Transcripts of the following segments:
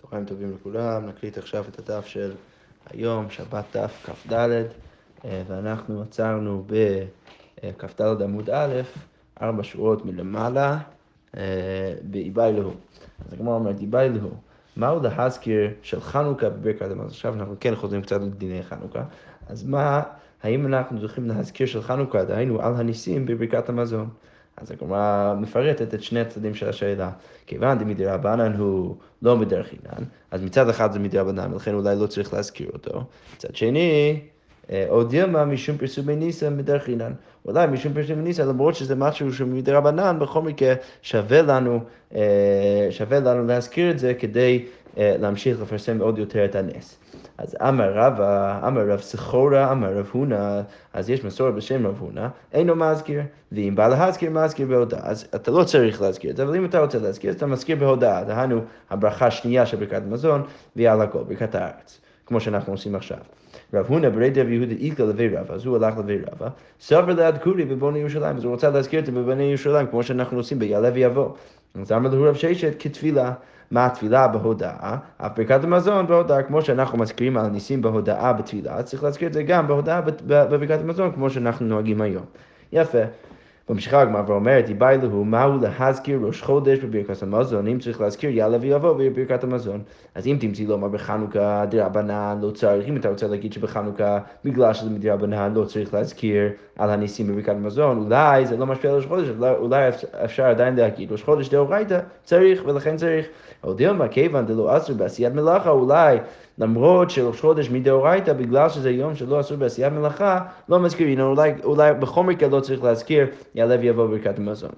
צהריים טובים לכולם, נקליט עכשיו את הדף של היום, שבת דף כ"ד, ואנחנו עצרנו בכ"ד עמוד א', 4 שורות מלמעלה, באיבאי להו. אז הגמרא אומרת, איבאי להו, מהו להזכיר של חנוכה בברכת המזון? עכשיו אנחנו כן חוזרים קצת לדיני חנוכה, אז האם אנחנו זוכים להזכיר של חנוכה, דהיינו על הניסים בברכת המזון? אז הגמרא מפרטת את שני הצדדים של השאלה. כיוון דמדרבנן הוא לא מדרכינן, אז מצד אחד זה מדרבנן, ולכן אולי לא צריך להזכיר אותו. מצד שני, או דילמה משום פרסומי ניסה מדרכינן. אולי משום פרסומי ניסה, למרות שזה משהו שמדרבנן, בכל מקרה שווה לנו להזכיר את זה כדי להמשיך לפרסם עוד יותר את הנס. אז אמר רב סחורה, אמר רב הונא, אז יש מסורת בשם רב הונא, אינו מזכיר, ואם בא להזכיר, מזכיר בהודעה. אז אתה לא צריך להזכיר את זה, אבל אם אתה רוצה להזכיר, אז אתה מזכיר בהודעה. דהיינו, הברכה השנייה של ברכת המזון, ועל הכל, ברכת הארץ, כמו שאנחנו עושים עכשיו. רב הונא ברי רב יהודה איכא לוי רבא, אז הוא הלך לוי רבא, סבר ליד קורי בבוני ירושלים, אז הוא רוצה להזכיר את זה בבוני ירושלים, כמו שאנחנו עושים ביעלה ויבוא. אז אמר לו רב ששת כתפילה. מה התפילה בהודעה? אף ברכת המזון בהודעה, כמו שאנחנו מזכירים על ניסים בהודעה בתפילה, צריך להזכיר את זה גם בהודעה בברכת המזון, כמו שאנחנו נוהגים היום. יפה. ממשיכה הגמרא ואומרת, איבאי להו, מהו להזכיר ראש חודש בברכת המזון? אם צריך להזכיר יעלה ויבוא בברכת המזון. אז אם תמצאי לומר בחנוכה דרבנן לא צריך, אם אתה רוצה להגיד שבחנוכה בגלל שזה מדרבנן לא צריך להזכיר על הניסים בברכת המזון, אולי זה לא משפיע על ראש חודש, אולי אפשר עדיין להגיד ראש חודש דאורייתא צריך ולכן צריך. או דילמה כיוון דלא אסור בעשיית מלאכה, אולי למרות שראש חודש מדאורייתא, בגלל שזה יום שלא אסור בעשיית מלאכה, לא מזכירים, אולי בכל מקרה לא צריך להזכיר, יעלה ויבוא ברכת המזון.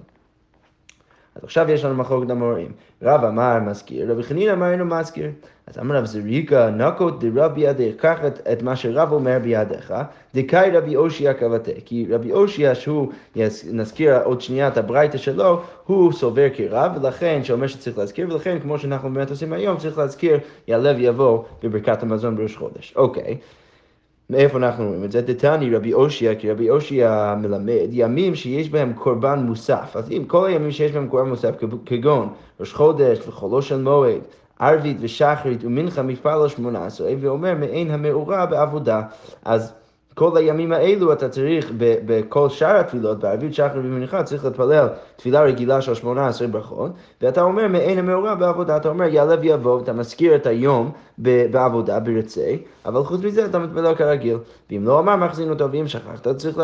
אז עכשיו יש לנו מחלוקת המוראים. רב אמר מזכיר, רבי חנינא אמר אינו מזכיר. אז אמר רב זריקא, נקות דרב בידך, קח את מה שרב אומר בידיך, דקאי רבי אושייה קבתה. כי רבי אושייה, שהוא נזכיר עוד שנייה את הברייתא שלו, הוא סובר כרב, ולכן שאומר שצריך להזכיר, ולכן כמו שאנחנו באמת עושים היום, צריך להזכיר, יעלה ויבוא בברכת המזון בראש חודש. אוקיי. מאיפה אנחנו רואים את זה? דתני רבי אושייה, כי רבי אושייה מלמד ימים שיש בהם קורבן מוסף. אז אם כל הימים שיש בהם קורבן מוסף, כגון ראש חודש וחולו של מועד, ערבית ושחרית ומנחה מפעל 18, ואומר מעין המאורה בעבודה. אז כל הימים האלו אתה צריך, בכל שאר התפילות, בערבית, שחר ומנחה, צריך להתפלל תפילה רגילה של 18 ברכות, ואתה אומר מעין המאורה בעבודה, אתה אומר יעלה ויבוא, אתה מזכיר את היום בעבודה, ברצי, אבל חוץ מזה אתה מתפלל כרגיל, ואם לא אמר מחזין אותו, ואם שכחת, אתה צריך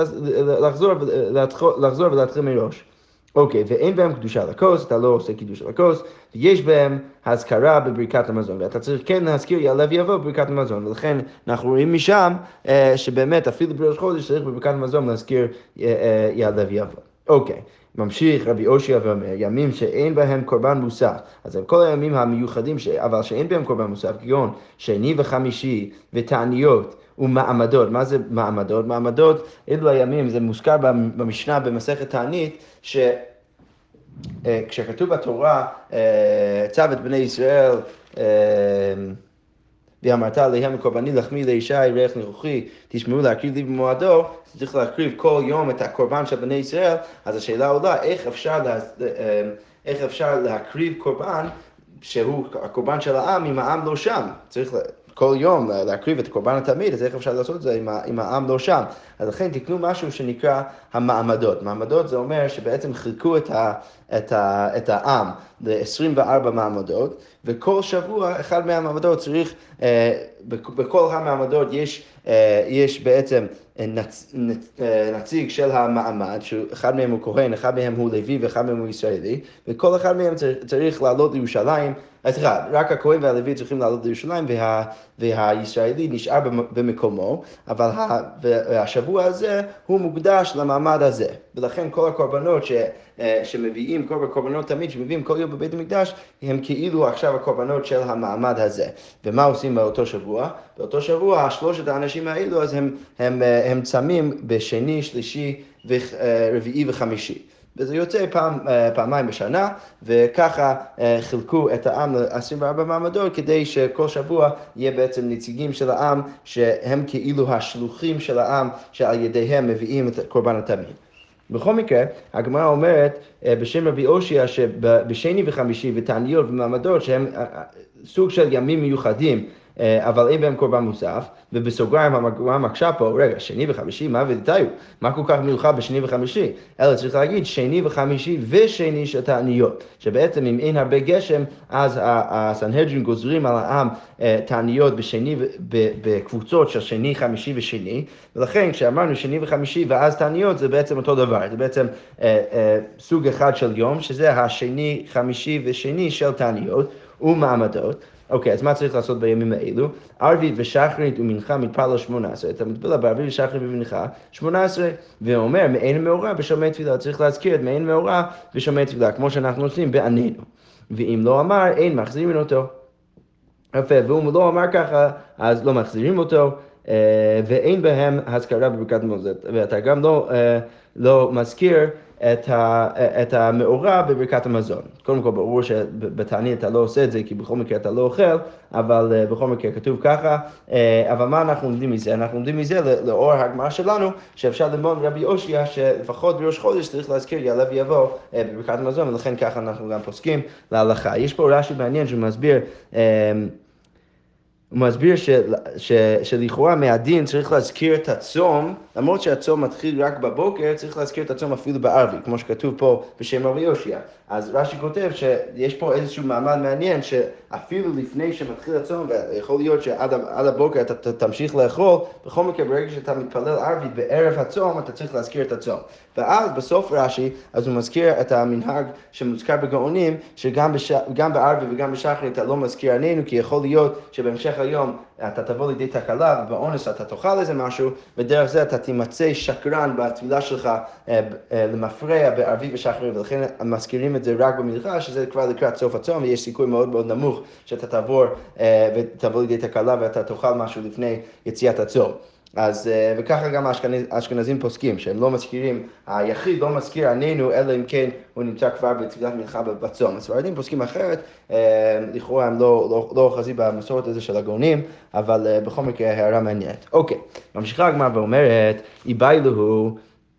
לחזור ולהתחיל מראש. אוקיי, ואין בהם קדושה לכוס, אתה לא עושה קידוש לכוס, ויש בהם הזכרה בברכת המזון, ואתה צריך כן להזכיר יעלה ויבוא בברכת המזון, ולכן אנחנו רואים משם שבאמת אפילו בראש חודש צריך בברכת המזון להזכיר יעלה ויבוא. אוקיי, ממשיך רבי אושייה ואומר, ימים שאין בהם קורבן מוסף, אז כל הימים המיוחדים, אבל שאין בהם קורבן מוסף, כגון שני וחמישי ותעניות, ומעמדות. מה זה מעמדות? מעמדות, אלו הימים, זה מוזכר במשנה במסכת תענית, כשכתוב בתורה, צו את בני ישראל, ואמרת עליהם קורבני לחמי לישי ריח ניחוחי, תשמעו להקריב לי במועדו, צריך להקריב כל יום את הקורבן של בני ישראל, אז השאלה עולה, איך אפשר להקריב קורבן, שהוא הקורבן של העם, אם העם לא שם? צריך כל יום להקריב את קורבן התמיד, אז איך אפשר לעשות את זה אם העם לא שם? אז לכן תקנו משהו שנקרא המעמדות. מעמדות זה אומר שבעצם חילקו את העם ל-24 מעמדות, וכל שבוע אחד מהמעמדות צריך, בכל המעמדות יש בעצם נציג של המעמד, שאחד מהם הוא כהן, אחד מהם הוא לוי ואחד מהם הוא ישראלי, וכל אחד מהם צריך לעלות לירושלים, רק הכהן והלוי צריכים לעלות לירושלים, והישראלי נשאר במקומו, אבל השבוע הזה הוא מוקדש למעמד הזה, ולכן כל הקורבנות שמביאים, כל הקורבנות תמיד שמביאים כל יום בבית המקדש, הם כאילו עכשיו הקורבנות של המעמד הזה. ומה עושים באותו שבוע? באותו שבוע, שלושת האנשים האלו, אז הם צמים בשני, שלישי, רביעי וחמישי. וזה יוצא פעמיים בשנה, וככה חילקו את העם ל-24 מעמדות, כדי שכל שבוע יהיה בעצם נציגים של העם, שהם כאילו השלוחים של העם, שעל ידיהם מביאים את קורבן התמיד. בכל מקרה, הגמרא אומרת בשם רבי אושייה שבשני וחמישי ותעניות ומעמדות, שהם סוג של ימים מיוחדים, אבל אין בהם קורבן מוסף, ובסוגריים הגמרא מקשה פה, רגע, שני וחמישי, מה ודתיו? מה כל כך מיוחד בשני וחמישי? אלא צריך להגיד שני וחמישי ושני של תעניות, שבעצם אם אין הרבה גשם, אז הסנהדרין גוזרים על העם תעניות בשני, בקבוצות של שני, חמישי ושני, ולכן כשאמרנו שני וחמישי ואז תעניות, זה בעצם אותו דבר, זה בעצם סוג אחד של יום, שזה השני, חמישי ושני של תעניות ומעמדות. אוקיי, אז מה צריך לעשות בימים האלו? ערבית ושחרית ומנחה מתפלל לו 18. אתה מתפלל בערבית ושחרית ומנחה 18, ואומר מעין מאורע בשומע תפילה. צריך להזכיר את מעין מאורע בשומע תפילה, כמו שאנחנו עושים בענינו. ואם לא אמר, אין מחזירים אותו. יפה, ואם לא אמר ככה, אז לא מחזירים אותו, ואין בהם הזכרה בברכת המזון. ואתה גם לא מזכיר את המאורע בברכת המזון. קודם כל, ברור שבתענית אתה לא עושה את זה, כי בכל מקרה אתה לא אוכל, אבל בכל מקרה כתוב ככה. אבל מה אנחנו לומדים מזה? אנחנו לומדים מזה לאור הגמרא שלנו, שאפשר ללמוד רבי יושע, שלפחות בראש חודש צריך להזכיר יעלה ויבוא בברכת המזון, ולכן ככה אנחנו גם פוסקים להלכה. יש פה רש"י מעניין שמסביר, הוא מסביר שלכאורה מהדין צריך להזכיר את הצום, למרות שהצום מתחיל רק בבוקר, צריך להזכיר את הצום אפילו בערבית, כמו שכתוב פה בשם רבי יושע. אז רש"י כותב שיש פה איזשהו מעמד מעניין, שאפילו לפני שמתחיל הצום, ויכול להיות שעד הבוקר אתה תמשיך לאכול, בכל מקרה ברגע שאתה מתפלל ערבית בערב הצום, אתה צריך להזכיר את הצום. ואז בסוף רש"י, אז הוא מזכיר את המנהג שמוזכר בגאונים, שגם בערבית וגם בשחרית אתה לא מזכיר ענינו, כי יכול להיות שבהמשך היום אתה תבוא לידי תקלה, ובאונס אתה תאכל איזה משהו, ודרך זה אתה תימצא שקרן בתפילה שלך למפרע בערבית ושחרית, ולכן מזכירים את זה רק במנחה, שזה כבר לקראת סוף הצום, ויש סיכוי מאוד מאוד נמוך שאתה תעבור ותבוא לידי תקלה ואתה תאכל משהו לפני יציאת הצום. אז, וככה גם האשכנזים פוסקים, שהם לא מזכירים, היחיד לא מזכיר ענינו, אלא אם כן הוא נמצא כבר בתפילת מנחה בצום. הספרדים פוסקים אחרת, לכאורה הם לא אוחזים במסורת הזה של הגאונים, אבל בכל מקרה הערה מעניינת. אוקיי, ממשיכה הגמרא ואומרת, איבאי לו,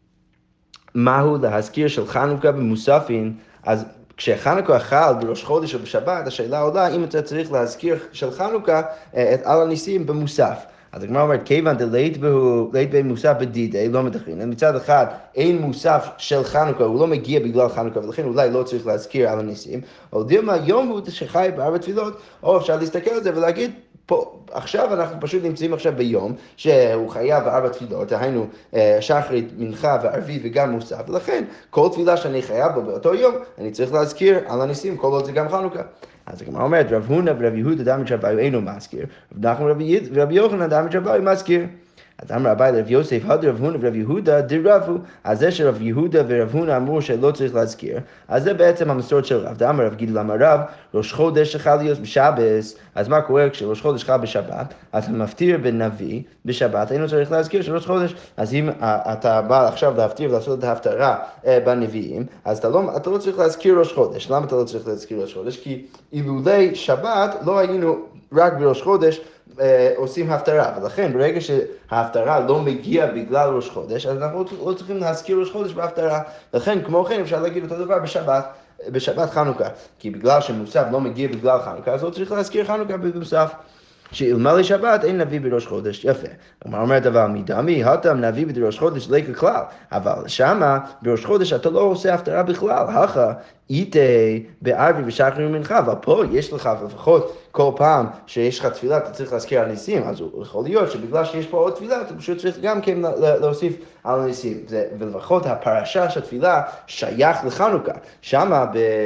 מהו להזכיר של חנוכה במוספין, אז כשחנוכה חל בראש חודש או בשבת, השאלה עולה אם אתה צריך להזכיר של חנוכה על הניסים במוסף. אז הגמרא אומרת, כיוון דלית בי מוסף בדידי, לא מדחרין. מצד אחד, אין מוסף של חנוכה, הוא לא מגיע בגלל חנוכה, ולכן אולי לא צריך להזכיר על הניסים. או דילמה, יום הוא שחי בארבע תפילות, או אפשר להסתכל על זה ולהגיד, פה, עכשיו אנחנו פשוט נמצאים עכשיו ביום שהוא חייב בארבע תפילות, היינו שחרית, מנחה וערבית וגם מוסף, ולכן כל תפילה שאני חייב בו באותו יום, אני צריך להזכיר על הניסים, כל עוד זה גם חנוכה. אז הגמרא אומרת, רב הונא ורב יהודה דמי רביו אינו מזכיר, רב נחמן ורבי יוחנן דמי רביו מזכיר. אז אמר אביי לרב יוסף, הדר רב הונא ורב יהודה דרבו, אז זה שרב יהודה ורב הונא אמרו שלא צריך להזכיר, אז זה בעצם המסורת של רב. דאמר רב גידל אמר רב, ראש חודש חל להיות בשבס, אז מה קורה כשראש חודש חל בשבת? אתה מפטיר בנביא בשבת, אינו צריך להזכיר שראש חודש, אז אם אתה בא עכשיו להפטיר ולעשות את ההפטרה בנביאים, אז אתה לא צריך להזכיר ראש חודש. למה אתה לא צריך להזכיר ראש חודש? כי אילולי שבת לא היינו רק בראש חודש, עושים הפטרה, ולכן ברגע שההפטרה לא מגיעה בגלל ראש חודש, אז אנחנו לא צריכים להזכיר ראש חודש בהפטרה, לכן כמו כן אפשר להגיד אותו דבר בשבת חנוכה, כי בגלל שמוסף לא מגיע בגלל חנוכה, אז לא צריך להזכיר חנוכה במוסף. שאלמלא שבת אין נביא בראש חודש, יפה. כלומר אומרת אבל מדמי, התם נביא בראש חודש לא ככלל, אבל שמה בראש חודש אתה לא עושה הפטרה בכלל, הכה איתי בערבי ושחר ומנחה, אבל פה יש לך לפחות כל פעם שיש לך תפילה אתה צריך להזכיר על ניסים, אז יכול להיות שבגלל שיש פה עוד תפילה אתה פשוט צריך גם כן להוסיף על ניסים, ולפחות הפרשה של התפילה שייך לחנוכה, שמה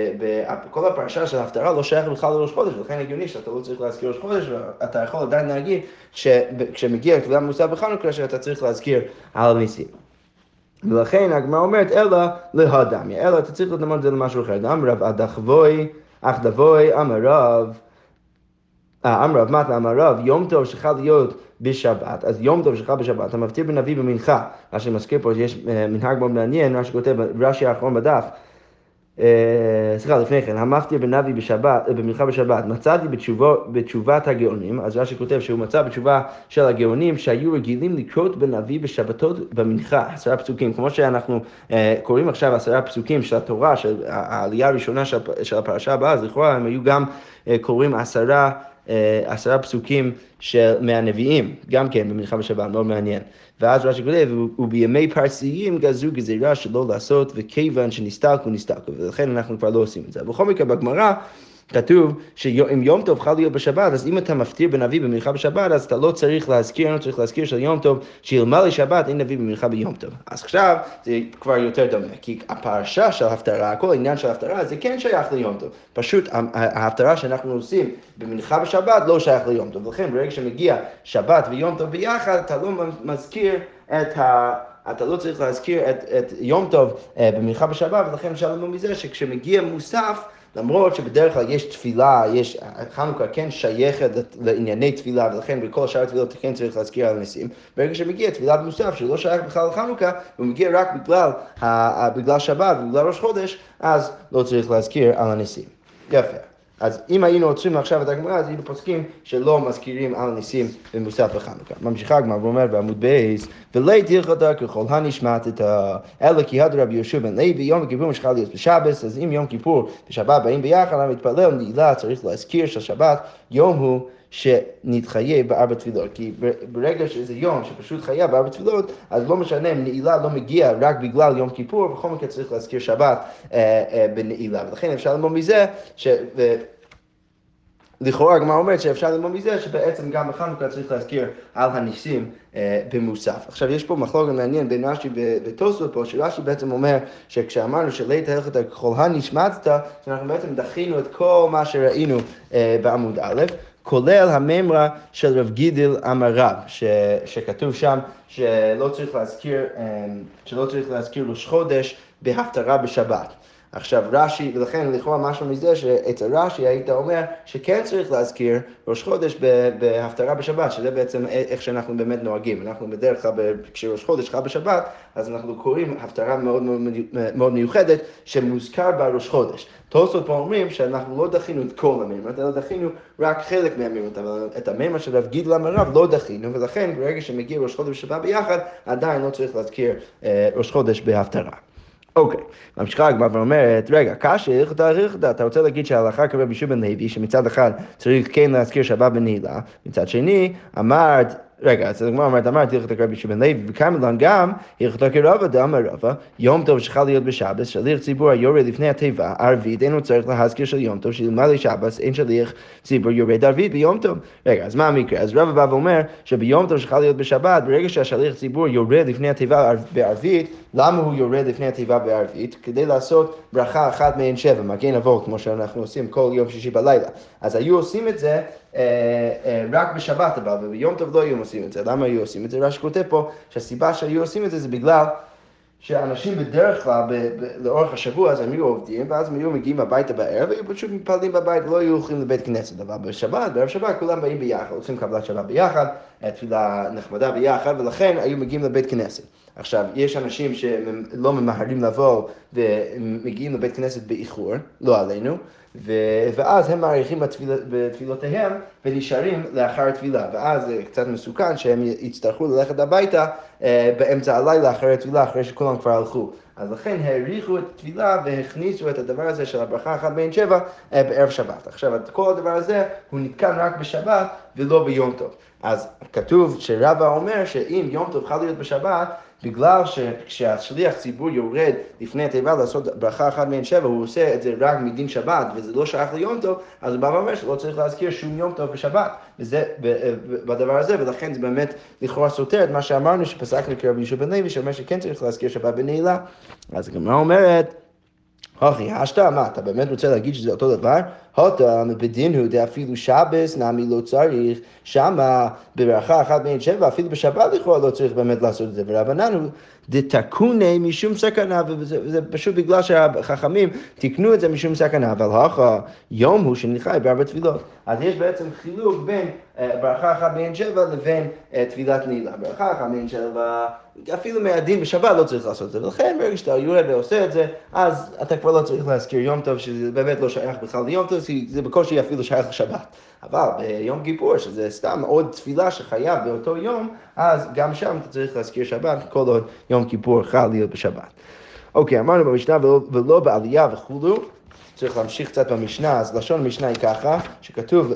כל הפרשה של ההפטרה לא שייך בכלל לראש חודש, ולכן הגיוני שאתה לא צריך להזכיר ראש חודש, ואתה יכול עדיין להגיד שכשמגיע תפילה מוסף בחנוכה שאתה צריך להזכיר על ניסים. ולכן הגמרא אומרת, אלא להדמיה, אלא אתה צריך לדמות את זה למשהו אחר. אמר רב אך דבוי, אמר רב מתנה, אמר רב, יום טוב שחל להיות בשבת, אז יום טוב שחל בשבת, אתה מפטיר בנביא במנחה, מה שמזכיר פה, יש מנהג מאוד מעניין, מה שכותב רש"י האחרון בדף, סליחה, לפני כן, המפטיר בנבי בשבת, במנחה בשבת, מצאתי בתשובת הגאונים, אז רש"י כותב שהוא מצא בתשובה של הגאונים שהיו רגילים לקרות בנבי בשבתות במנחה, 10 פסוקים, כמו שאנחנו קוראים עכשיו 10 פסוקים של התורה, של העלייה הראשונה של הפרשה הבאה, אז לכאורה הם היו גם קוראים 10 פסוקים מהנביאים, גם כן במנחה בשבת, מאוד מעניין. ואז רש"י כותב, ובימי פרסיים גזרו גזירה שלא לעשות, וכיוון שנסתלקו, ולכן אנחנו כבר לא עושים את זה. בכל מקרה בגמרא, כתוב שאם יום טוב חל להיות בשבת, אז אם אתה מפטיר בנביא במנחה בשבת, אז אתה לא צריך להזכיר של יום טוב, שאלמלא שבת אין נביא במנחה ביום טוב. אז עכשיו זה כבר יותר דומה, כי הפרשה של ההפטרה, כל העניין של ההפטרה, זה כן שייך ליום טוב. פשוט ההפטרה שאנחנו עושים במנחה בשבת לא שייך ליום טוב. לכן ברגע שמגיע שבת ויום טוב ביחד, אתה לא מזכיר אתה לא צריך להזכיר את יום טוב במנחה בשבת, ולכן אפשר ללמוד מזה שכשמגיע מוסף, למרות שבדרך כלל יש תפילה, חנוכה כן שייכת לענייני תפילה, ולכן בכל שאר התפילות כן צריך להזכיר על הניסים. ברגע שמגיע תפילת מוסף שלא שייך בכלל לחנוכה, הוא מגיע רק בגלל שבת ובגלל ראש חודש, אז לא צריך להזכיר על הניסים. יפה. אז אם היינו עוצרים עכשיו את הגמרא, אז היינו פוסקים שלא מזכירים על ניסים במוסף בחנוכה. ממשיכה הגמרא ואומר בעמוד בייס, ולית הלכתה ככל הנשמעת אלא כי הד רבי יהושע בן לוי, יום כיפור משחל להיות בשבס, אז אם יום כיפור ושבת באים ביחד, המתפלל נעילה צריך להזכיר שהשבת יום הוא שנתחייב בארבע תפילות, כי ברגע שזה יום שפשוט חייב בארבע תפילות, אז לא משנה אם נעילה לא מגיע רק בגלל יום כיפור, בכל מקרה צריך להזכיר שבת בנעילה, ולכן אפשר ללמוד מזה לכאורה הגמרא אומרת שאפשר ללמוד מזה שבעצם גם בחנוכה צריך להזכיר על הניסים במוסף. עכשיו יש פה מחלוקת מעניין בין רש"י ותוספות פה, שרש"י בעצם אומר שכשאמרנו שלית הלכתה ככל הנשמעת, שאנחנו בעצם דחינו את כל מה שראינו בעמוד א', כולל הממרה של רב גידל אמר רב, שכתוב שם שלא צריך להזכיר ראש חודש בהפטרה בשבת. עכשיו רש"י, ולכן לכאורה משהו מזה שאצל רש"י היית אומר שכן צריך להזכיר ראש חודש בהפטרה בשבת, שזה בעצם איך שאנחנו באמת נוהגים. אנחנו בדרך כלל כשראש חודש חל בשבת, אז אנחנו קוראים הפטרה מאוד מאוד מיוחדת שמוזכר בראש חודש. תוספות פה אומרים שאנחנו לא דחינו את כל הממרות, אלא דחינו רק חלק מהממרות, אבל את הממרה של רב גידל אמר רב לא דחינו, ולכן ברגע שמגיע ראש חודש ושבת ביחד, עדיין לא צריך להזכיר ראש חודש בהפטרה. אוקיי, ממשיכה הגמרא ואומרת, רגע, קשה, אתה רוצה להגיד שההלכה כרבי יהושע בן לוי, שמצד אחד צריך כן להזכיר שבת בנעילה, מצד שני, אז הגמרא אמרתי הלכתה כרבי יהושע בן לוי, וכמובן גם הלכתה כרבא דאמר רבא, יום טוב שחל להיות בשבת, שליח ציבור היורד לפני התיבה, ערבית, אין הוא צריך להזכיר של יום טוב, שאלמלא שבת, אין שליח ציבור יורד ערבית ביום טוב. רגע, אז מה המקרה? אז רבא בא ואומר שביום טוב שחל להיות בשבת, ברגע שהשליח ציבור יורד לפני התיבה בערבית, למה הוא יורד לפני התיבה בערבית? כדי לעשות ברכה אחת מעין 7, מגן אבות, כמו שאנחנו עושים כל יום שישי בלילה. אז היו עושים את זה רק בשבת הבא, וביום טוב לא היו עושים את זה. למה היו עושים את זה? רש"י כותב פה שהסיבה שהיו עושים את זה זה בגלל שאנשים בדרך כלל לאורך השבוע אז הם היו עובדים, ואז הם היו מגיעים הביתה בערב, והיו פשוט מתפללים בבית ולא היו הולכים לבית כנסת. אבל בערב שבת כולם באים ביחד, עושים קבלת שבת ביחד, תפילה נחמדה ביחד, ולכן היו מגיעים לבית כנסת. עכשיו, יש אנשים שלא ממהרים לבוא ומגיעים לבית כנסת באיחור, לא עלינו, ואז הם מעריכים בתפילותיהם ונשארים לאחר התפילה, ואז זה קצת מסוכן שהם יצטרכו ללכת הביתה באמצע הלילה אחרי התפילה, אחרי שכולם כבר הלכו. אז לכן העריכו את התפילה והכניסו את הדבר הזה של הברכה אחת בין 7 בערב שבת. עכשיו, כל הדבר הזה הוא נתקן רק בשבת ולא ביום טוב. אז כתוב שרבא אומר שאם יום טוב חל להיות בשבת, בגלל שכשהשליח ציבור יורד לפני התיבה לעשות ברכה אחת בין 7, הוא עושה את זה רק מדין שבת, וזה לא שייך ליום טוב, אז הוא בא ואומר שלא צריך להזכיר שום יום טוב בשבת, וזה בדבר הזה, ולכן זה באמת לכאורה סותר את מה שאמרנו, שפסקנו כרבי יהושע בן לוי, שאומר שכן צריך להזכיר שבת בנעילה. אז הגמרא אומרת, אחי, השתא, מה, אתה באמת רוצה להגיד שזה אותו דבר? הוטה בדין הוא אפילו שבס נמי לא צריך, שמה בברכה אחת מעין שבע, אפילו בשבת לכאורה לא צריך באמת לעשות את זה, ורבנן הוא דתקוני משום סכנה, וזה פשוט בגלל שהחכמים תקנו את זה משום סכנה, אבל יום הוא שנלחי בארבע תפילות. אז יש בעצם חילוק בין ברכה אחת מעין שבע לבין תפילת נעילה. ברכה אחת מעין שבע, אפילו מהדין בשבת לא צריך לעשות את זה, ולכן ברגע שאתה יורד ועושה את זה, אז אתה כבר לא צריך להזכיר יום טוב, שזה באמת לא שייך בכלל ליום טוב, זה בקושי אפילו שייך לשבת. אבל ביום כיפור, שזה סתם עוד תפילה שחייב באותו יום, אז גם שם אתה צריך להזכיר שבת, כל עוד יום כיפור חל להיות בשבת. אוקיי, אמרנו במשנה ולא בעלייה וכולו, צריך להמשיך קצת במשנה, אז לשון המשנה היא ככה, שכתוב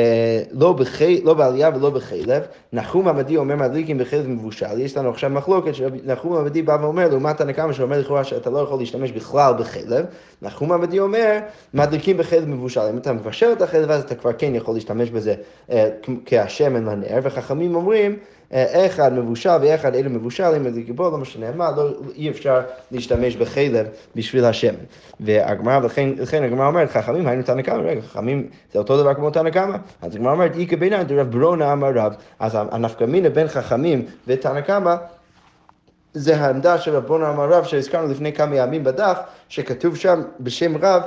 לא בעלייה ולא בחלב, נחום עמדי אומר מדליקים בחלב מבושל, יש לנו עכשיו מחלוקת שנחום עמדי בא ואומר, לעומת תנא קמא שאומר לכאורה שאתה לא יכול להשתמש בכלל בחלב, נחום עמדי אומר מדליקים בחלב מבושל, אם אתה מבשל את החלב אז אתה כבר כן יכול להשתמש בזה כשמן לנר, וחכמים אומרים, אחד מבושל ואחד אלו מבושלים, מדליקים בו, לא משנה מה, אי אפשר להשתמש בחלב בשביל השמן. והגמרא, לכן הגמרא אומרת, חכמים היינו תנא קמא, רגע, חכמים זה אותו דבר כמו תנא קמא, אז הגמרא אומרת, איקא בינן דרב ברונה אמר רב, אז הנפקא מינה בין חכמים ותנא קמא, זה העמדה של רב ברונה אמר רב, שהזכרנו לפני כמה ימים בדף, שכתוב שם בשם רב,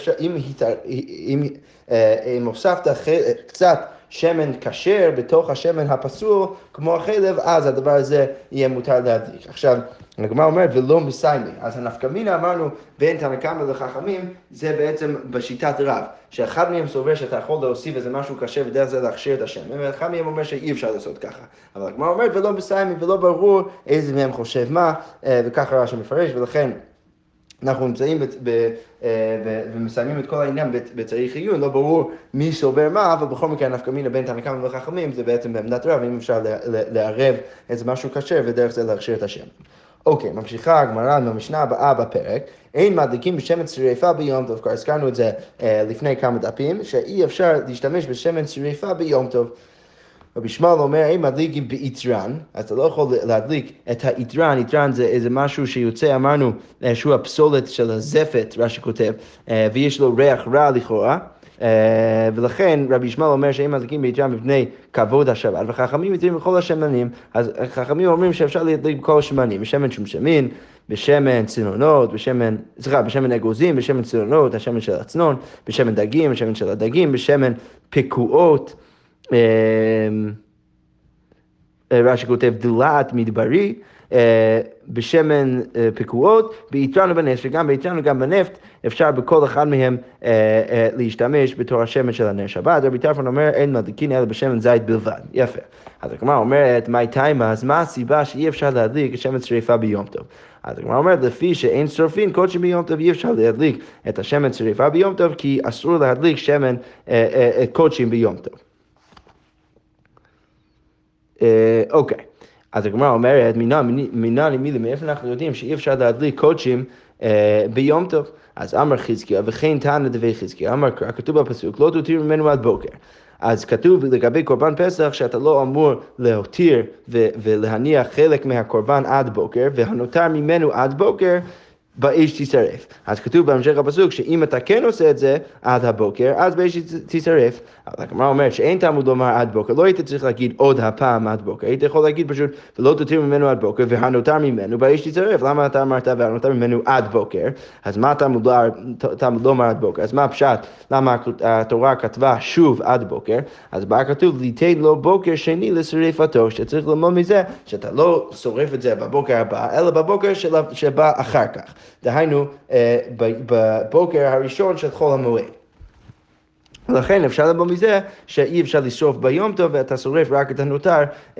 שאם הוספת קצת שמן כשר בתוך השמן הפסול, כמו החלב, אז הדבר הזה יהיה מותר להדליק. עכשיו, הגמרא אומרת, ולא מסיימי. אז הנפקא מינה אמרנו, בין תנא קמא לחכמים, זה בעצם בשיטת רב, שאחד מהם סובר שאתה יכול להוסיף איזה משהו כשר ודרך זה להכשיר את השמן, ואחד מהם אומר שאי אפשר לעשות ככה. אבל הגמרא אומרת, ולא מסיימי, ולא ברור איזה מהם חושב מה, וככה רש"י מפרש, ולכן אנחנו נמצאים ומסיימים את כל העניין בצריך עיון, לא ברור מי סובר מה, אבל בכל מקרה נפקא מינה בין תנא קמא וחכמים, זה בעצם בעמדת רב, אם אפשר לערב איזה משהו כשר ודרך זה להכשיר את השמן. אוקיי, ממשיכה הגמרא במשנה הבאה בפרק, אין מדליקים בשמן שריפה ביום טוב, כבר הזכרנו את זה לפני כמה דפים, שאי אפשר להשתמש בשמן שריפה ביום טוב. רבי ישמעאל אומר, אם מדליקים ביתרן, אז אתה לא יכול להדליק את היתרן, יתרן זה איזה משהו שיוצא, אמרנו, שהוא הפסולת של הזפת, רש"י כותב, ויש לו ריח רע לכאורה, ולכן רבי ישמעאל אומר שאם מדליקים ביתרן מפני כבוד השבת, וחכמים מתירים בכל השמנים, אז חכמים אומרים שאפשר להדליק בכל השמנים, בשמן שמשמין, בשמן צנונות, בשמן אגוזים, בשמן צנונות, השמן של הצנון, בשמן דגים, בשמן של הדגים, בשמן פקועות, רש"י כותב דלעת מדברי, בשמן פקועות, ביתרן ובנפט, שגם ביתרן וגם בנפט אפשר בכל אחד מהם להשתמש בתור השמן של הנר שבת. רבי טרפון אומר אין מדליקין אלא בשמן זית בלבד. יפה. אז הגמרא אומרת מהי תימא, אז מה הסיבה שאי אפשר להדליק שמן שריפה ביום טוב? אז הגמרא אומרת לפי שאין שורפין קודשים ביום טוב, אי אפשר להדליק את השמן שריפה ביום טוב, כי אסור להדליק שמן קודשים ביום טוב. אוקיי, אז הגמרא אומרת, מאיפה אנחנו יודעים שאי אפשר להדליק קודשים ביום טוב? אז אמר חזקיה, וכן תנא דבי חזקיה, אמר קרא, כתוב בפסוק, לא תותיר ממנו עד בוקר. אז כתוב לגבי קורבן פסח שאתה לא אמור להותיר ולהניח חלק מהקורבן עד בוקר, והנותר ממנו עד בוקר, באש תשרף. אז כתוב בהמשך הפסוק שאם אתה כן עושה את זה עד הבוקר, אז באש תשרף. אבל הגמרא אומרת שאין תלמוד לומר עד בוקר, לא היית צריך להגיד עוד הפעם עד בוקר, היית יכול להגיד פשוט ולא תותיר ממנו עד בוקר, והנותר ממנו באש תשרף. למה אתה אמרת והנותר ממנו עד בוקר? אז מה תלמוד לומר עד בוקר? אז מה הפשט? למה התורה כתבה שוב עד בוקר? אז בא כתוב ליתן לו בוקר שני לשריפתו, שצריך ללמוד מזה שאתה לא שורף את זה בבוקר הבא, אלא בבוקר שבא אחר כך. דהיינו, בבוקר הראשון של חול המועד. לכן אפשר ללמוד מזה שאי אפשר לשרוף ביום טוב, ואתה שורף רק את הנותר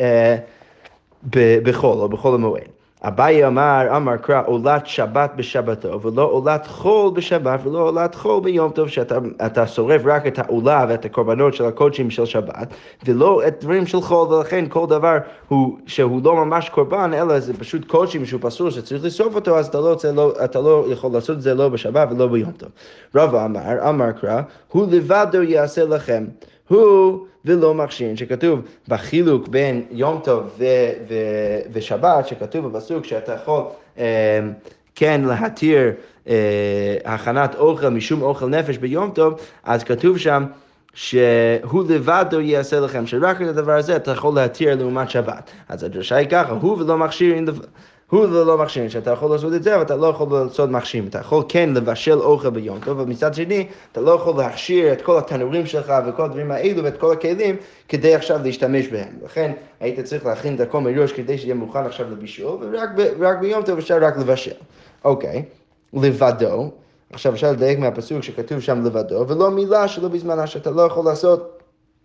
בחול או בחול המועד. אביי אמר קרא עולת שבת בשבתו, ולא עולת חול בשבת, ולא עולת חול ביום טוב, שאתה שורף רק את העולה ואת הקורבנות של הקודשים של שבת, ולא את דברים של חול, ולכן כל דבר שהוא לא ממש קורבן, אלא זה פשוט קודשים שהוא פסול שצריך לשרוף אותו, אז אתה לא יכול לעשות את זה לא בשבת ולא ביום טוב. רבא אמר קרא, הוא לבדו יעשה לכם. הוא ולא מכשירין, שכתוב בחילוק בין יום טוב ושבת, שכתוב בפסוק שאתה יכול כן להתיר הכנת אוכל משום אוכל נפש ביום טוב, אז כתוב שם שהוא לבדו יעשה לכם, שרק את הדבר הזה אתה יכול להתיר לעומת שבת. אז הדרשה היא ככה, הוא ולא מכשירים, הוא ולא מכשירים, שאתה יכול לעשות את זה, אבל אתה לא יכול לעשות מכשירים. אתה יכול כן לבשל אוכל ביום טוב, אבל מצד שני, אתה לא יכול להכשיר את כל התנורים שלך וכל הדברים האלו ואת כל הכלים, כדי עכשיו להשתמש בהם. לכן היית צריך להכין את הכל מראש כדי שיהיה מוכן עכשיו לבישול, ורק ביום טוב אפשר רק לבשל. אוקיי, לבדו. עכשיו אפשר לדייק מהפסוק שכתוב שם לבדו, ולא מילה שלא בזמנה, שאתה לא יכול לעשות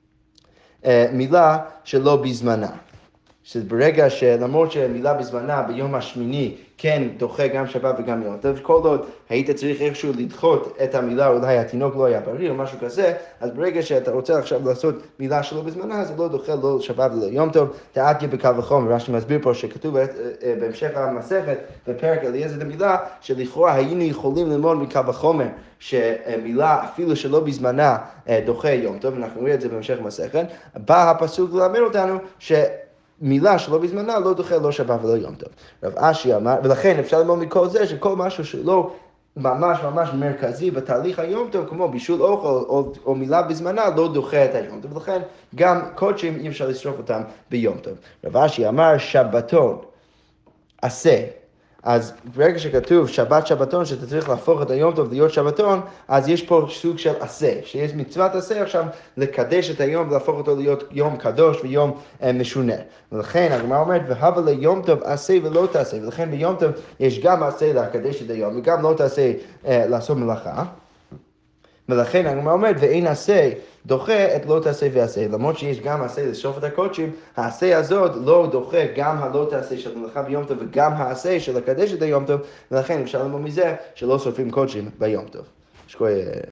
מילה שלא בזמנה. שברגע שלמרות שמילה בזמנה ביום השמיני כן דוחה גם שבת וגם יום טוב, כל עוד היית צריך איכשהו לדחות את המילה, אולי התינוק לא היה בריא או משהו כזה, אז ברגע שאתה רוצה עכשיו לעשות מילה שלא בזמנה, זה לא דוחה לא שבת ולא יום טוב. תעתיה בקל וחומר, רש"י מסביר פה שכתוב בהמשך המסכת בפרק אליעזר דמילה, שלכאורה היינו יכולים ללמוד מקל וחומר שמילה אפילו שלא בזמנה דוחה יום טוב, אנחנו רואים את זה בהמשך המסכת. בא הפסוק ללמד אותנו מילה שלא בזמנה לא דוחה לא שבת ולא יום טוב. רב אשי אמר, ולכן אפשר ללמוד מכל זה שכל משהו שלא ממש מרכזי בתהליך היום טוב, כמו בישול אוכל או מילה בזמנה, לא דוחה את היום טוב, ולכן גם קודשים אי אפשר לשרוף אותם ביום טוב. רב אשי אמר שבתון עשה. אז ברגע שכתוב שבת שבתון, שאתה צריך להפוך את היום טוב להיות שבתון, אז יש פה סוג של עשה, שיש מצוות עשה עכשיו לקדש את היום ולהפוך אותו להיות יום קדוש ויום משונה. ולכן הגמרא אומרת, והבה ליום טוב עשה ולא תעשה, ולכן ביום טוב יש גם עשה לקדש את היום, וגם לא תעשה לעשות מלאכה. ולכן הגמרא אומרת, ואין עשה דוחה את לא תעשה ועשה. למרות שיש גם עשה לשרוף את הקודשים, העשה הזאת לא דוחה גם הלא תעשה של מלאכה ביום טוב, וגם העשה של לקדש את היום טוב, ולכן אפשר ללמוד מזה שלא שורפים קודשים ביום טוב.